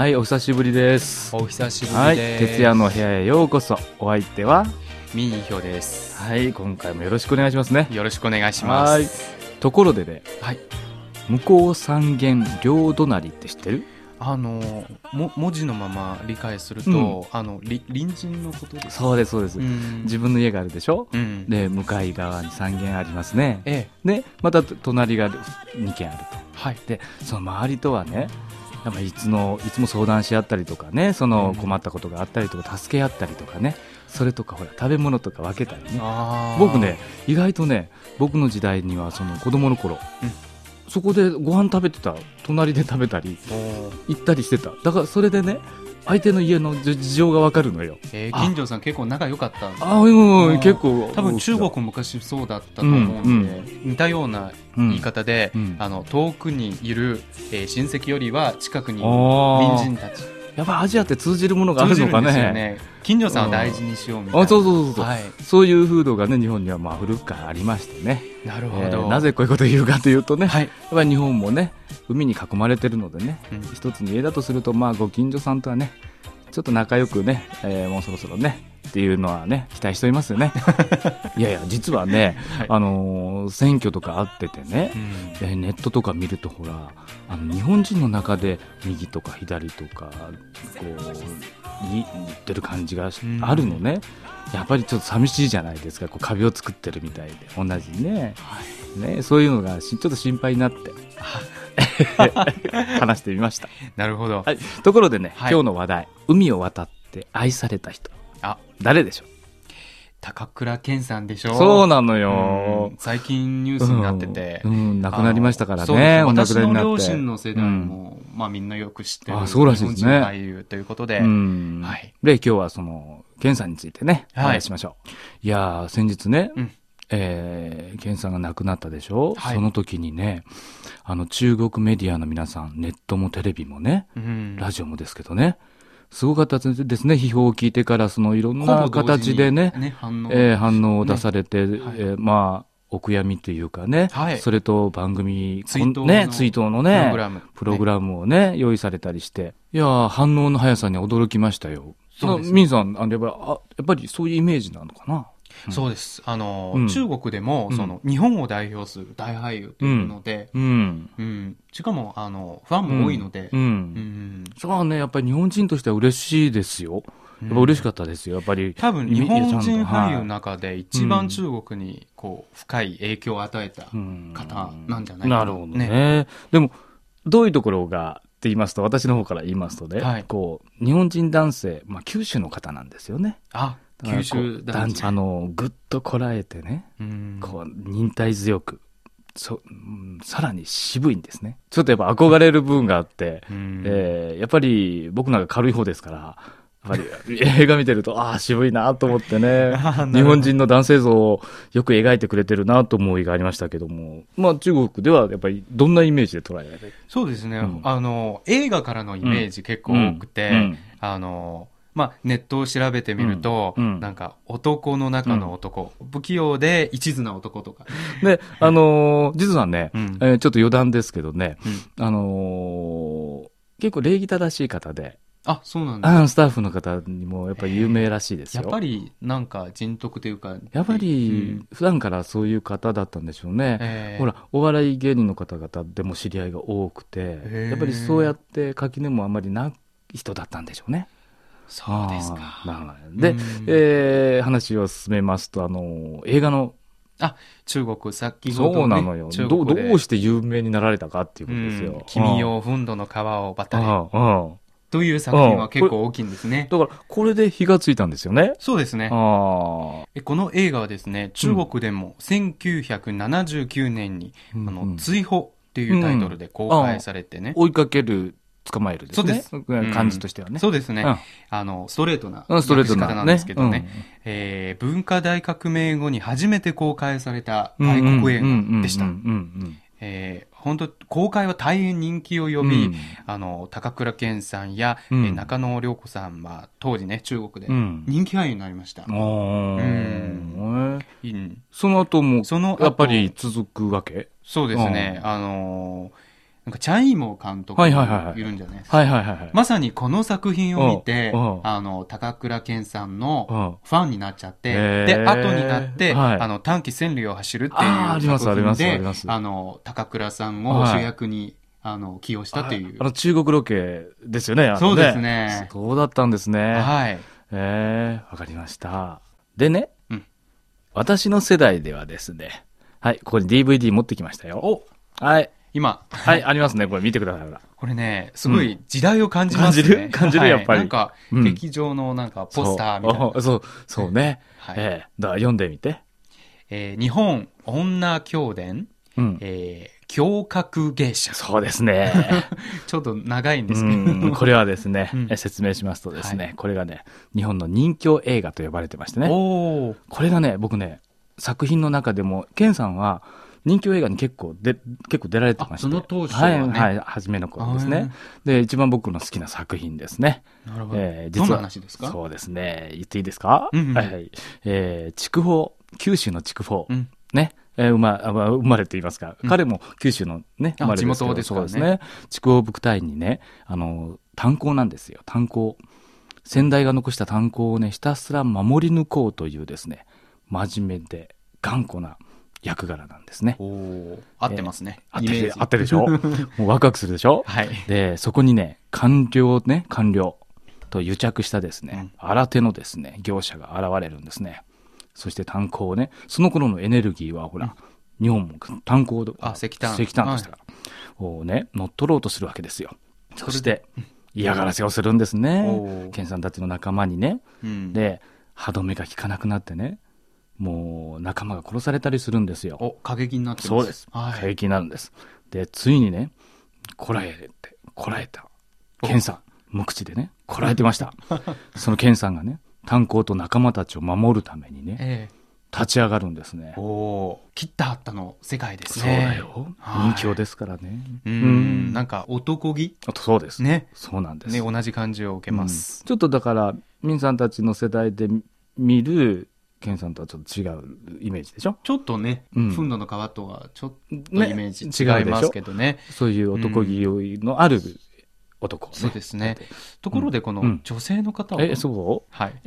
はい、お久しぶりです。 お久しぶりです。 はい、徹夜の部屋へようこそ。お相手はミーヒョです。 はい、今回もよろしくお願いしますね。 よろしくお願いします。 はい。ところでね、 はい、 向こう三軒両隣って知ってる？ 文字のまま理解すると、隣人のことです。 そうです、そうです。自分の家があるでしょ、で、向かい側に3軒ありますね。で、また隣が2軒あると。はい。で、その周りとはね、やっぱいつも相談し合ったりとかね、その困ったことがあったりとか、助け合ったりとかね、それとかほら食べ物とか分けたりね。僕ね、意外とね、僕の時代にはその子供の頃、そこでご飯食べてた、隣で食べたり行ったりしてた。だからそれでね、相手の家の事情が分かるのよ。 近所さん結構仲良かったんですか？ 結構多分中国昔そうだったと思うんで、似たような言い方で、遠くにいる、親戚よりは近くにいる隣人たち。 やっぱアジアって通じるものがあるのかね。 近所さんを大事にしようみたいな。 そう、はい、そういう風土がね、日本にはまあ古くからありましてね。 なるほど。 なぜこういうことを言うかというとね、はい、やっぱり日本もね、海に囲まれてるのでね、一つの家だとすると、まあご近所さんとはね、ちょっと仲良くね、もうそろそろねっていうのはね、期待しておりますよね。いやいや、実はね、はい、選挙とかあっててね、ネットとか見るとほら、日本人の中で右とか左とかこう言ってる感じがあるのね。やっぱりちょっと寂しいじゃないですか。こう壁を作ってるみたいで、同じね、はい、ね、そういうのがちょっと心配になって話してみました。 なるほど。 はい、ところでね、はい、今日の話題、海を渡って愛された人、誰でしょう？ 高倉健さんでしょ。 そうなのよ、 最近ニュースになってて、 亡くなりましたからね。 私の両親の世代も、まあ、みんなよく知ってる日本人俳優ということで、はい、 で今日はその健さんについてね、お話ししましょう。いやー、先日ね、健さんが亡くなったでしょ、はい、その時にね、中国メディアの皆さん、ネットもテレビもね、ラジオもですけどね、すごかったですね。批評を聞いてから、そのいろんな形でね、反応を出されて、まあお悔やみというかね、それと番組追悼のねプログラムをね用意されたりして、いや反応の速さに驚きましたよ。ミンさん、やっぱりそういうイメージなのかな？ そうです。中国でも、その、日本を代表する大俳優というので、しかも、ファンも多いので、 そうね、やっぱり日本人としては嬉しいですよ。やっぱ嬉しかったですよ、やっぱり。 多分、日本人俳優の中で一番中国に、こう、深い影響を与えた方なんじゃないかな。 なるほどね。でも、どういうところが、って言いますと、私の方から言いますとね、こう、日本人男性、まあ、九州の方なんですよね。 九州男児、 ぐっとこらえてね、こう忍耐強く、さらに渋いんですね。ちょっとやっぱ憧れる部分があって、やっぱり僕なんか軽い方ですから、やっぱり映画見てると、渋いなと思ってね、日本人の男性像をよく描いてくれてるなと思いがありましたけども、まあ中国ではやっぱりどんなイメージで捉えられる？ そうですね、映画からのイメージ結構多くて、まあ、ネットを調べてみると、なんか男の中の男、不器用で一途な男とか。 で、実はね、ちょっと余談ですけどね、結構礼儀正しい方で、 そうなんです。 スタッフの方にもやっぱり有名らしいですよ。 やっぱりなんか人徳というか。 やっぱり普段からそういう方だったんでしょうね。ほら、お笑い芸人の方々でも知り合いが多くて、やっぱりそうやって垣根もあまりない人だったんでしょうね。 そうですか。 で、話を進めますと、映画の、 中国、先ほど、 そうなのよ。どうして有名になられたかっていうことですよ。 君よ、ふんどの皮を渡れ。という作品は結構大きいんですね。 だから、これで火がついたんですよね。 そうですね。この映画はですね、中国でも1979年に、追放っていうタイトルで公開されてね。 追いかける。捕まえるですね。そうです。感じとしてはね。 そうですね。ストレートな訳し方なんですけどね。文化大革命後に初めて公開された外国映画でした。本当公開は大変人気を呼び、高倉健さんや、中野涼子さんは当時ね、中国で人気俳優になりました。 その後も、やっぱり続くわけ？ そうですね。 なんかチャン・イーモー監督いるんじゃないですか。まさにこの作品を見て、高倉健さんのファンになっちゃって、で、後になって、短期千里を走るっていう作品で、高倉さんを主役に、起用したっていう。 中国ロケですよね。 そうですね。 そうだったんですね。 はい。 わかりました。でね、私の世代ではですね、はい、ここに DVD 持ってきましたよ。はい。 今。 はい、ありますね。これ見てください。 これね、すごい時代を感じますね。 感じるやっぱり。 なんか、劇場のなんかポスターみたいな。 そうね。だから読んでみて。 日本女教伝、胸郭芸者。 そうですね。 ちょっと長いんですけど。 これはですね、説明しますとですね、これがね、日本の人気映画と呼ばれてましてね。これがね、僕ね、作品の中でも、健さんは人気映画に結構出られてまして。 その当初はね。 はい、初めの頃ですね。で、一番僕の好きな作品ですね。 なるほど。どんな話ですか？ そうですね。言っていいですか？はい。筑豊、九州の筑豊。ね。生まれと言いますか、彼も九州のね、生まれですけど、 地元ですからね。 そうですね。筑豊部隊にね、炭鉱なんですよ。炭鉱。先代が残した炭鉱をね、ひたすら守り抜こうというですね、真面目で頑固な役柄なんですね。 合ってますね。 合ってるでしょ？もうワクワクするでしょ？ はい。 で、そこにね、官僚と癒着したですね、新手のですね、業者が現れるんですね。そして炭鉱をね、その頃のエネルギーはほら、日本も炭鉱石炭でしたから、をね、乗っ取ろうとするわけですよ。そして、嫌がらせをするんですね。健さんたちの仲間にね。で、歯止めが効かなくなってね、もう仲間が殺されたりするんですよ。 過激になってます。 そうです。過激になるんです。で、ついにね、こらえた。健さん、無口でね、こらえてました。その健さんがね、炭鉱と仲間たちを守るためにね、立ち上がるんですね。 切ったはったの世界ですね。そうだよ。人気ですからね。 なんか男気？ そうです。 ね。 そうなんです。 ね、同じ感じを受けます。 ちょっとだから、ミンさんたちの世代で見る、ケンさんとはちょっと違うイメージでしょ？ ちょっとね、ふんどの皮とはちょっとイメージ違いますけどね。 そういう男気のある男、 そうですね。ところでこの女性の方は、 そう？ はい。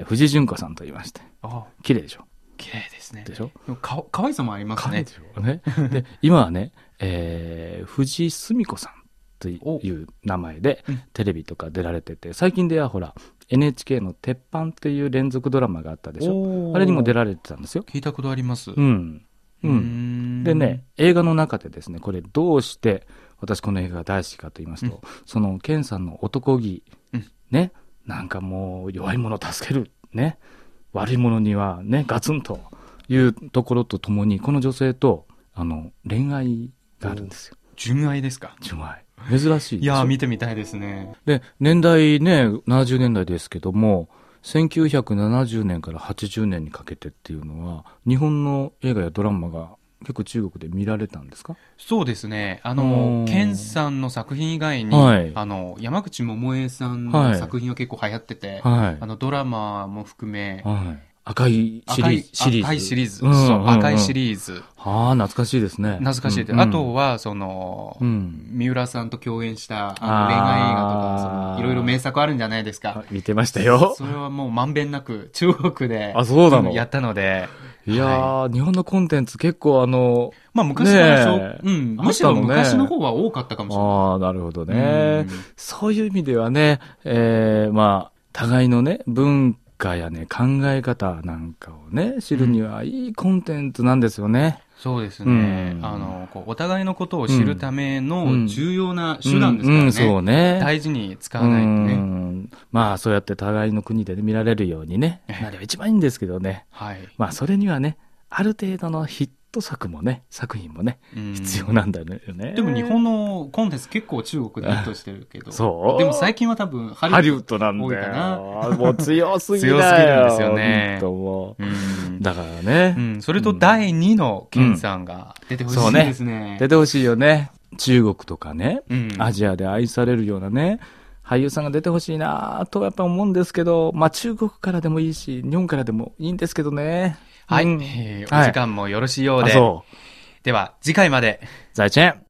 藤純子さんと言いまして。綺麗でしょ？ 綺麗ですね。 でしょ？ かわいさもありますね。 で、今はね、藤純子さんという名前でテレビとか出られてて、最近ではほら、NHK の鉄板っていう連続ドラマがあったでしょ？あれにも出られてたんですよ。 聞いたことあります。 でね、映画の中でですね、これどうして私この映画が大好きかと言いますと、その健さんの男気、ね、なんかもう弱い者を助ける、ね、悪い者にはね、ガツンというところとともに、この女性と恋愛があるんですよ。 純愛ですか？ 純愛。珍しい。 いやー、見てみたいですね。 で、年代ね、70年代ですけども、1970年から80年にかけてっていうのは、日本の映画やドラマが結構中国で見られたんですか？ そうですね。健さんの作品以外に、山口百恵さんの作品は結構流行ってて、ドラマも含め、 赤いシリーズ。 赤いシリーズ。そう、赤いシリーズ。 懐かしいですね。 懐かしいです。あとは、三浦さんと共演した恋愛映画とか、いろいろ名作あるんじゃないですか。 見てましたよ。 それはもうまんべんなく中国でやったので。 いやー、日本のコンテンツ結構昔からむしろ昔の方は多かったかもしれない。 なるほどね。そういう意味ではね、互いのね、文化やね、考え方なんかをね、知るにはいいコンテンツなんですよね。 そうですね。お互いのことを知るための重要な手段ですからね。 そうね。 大事に使わないとね。 そうやって互いの国で見られるようにね、なれば一番いいんですけどね。それにはね、ある程度のヒット作品もね、必要なんだよね。 でも日本のコンテンツ結構中国でヒットしてるけど。 そう。 でも最近は多分ハリウッドなんだよ。 もう強すぎだよ。 強すぎるんですよね。 だからね。 それと第2の健さんが出てほしいですね。 出てほしいよね。中国とかね、アジアで愛されるようなね、俳優さんが出てほしいなとやっぱ思うんですけど、中国からでもいいし、日本からでもいいんですけどね。 はい。お時間もよろしいようで。では、次回まで。 再见。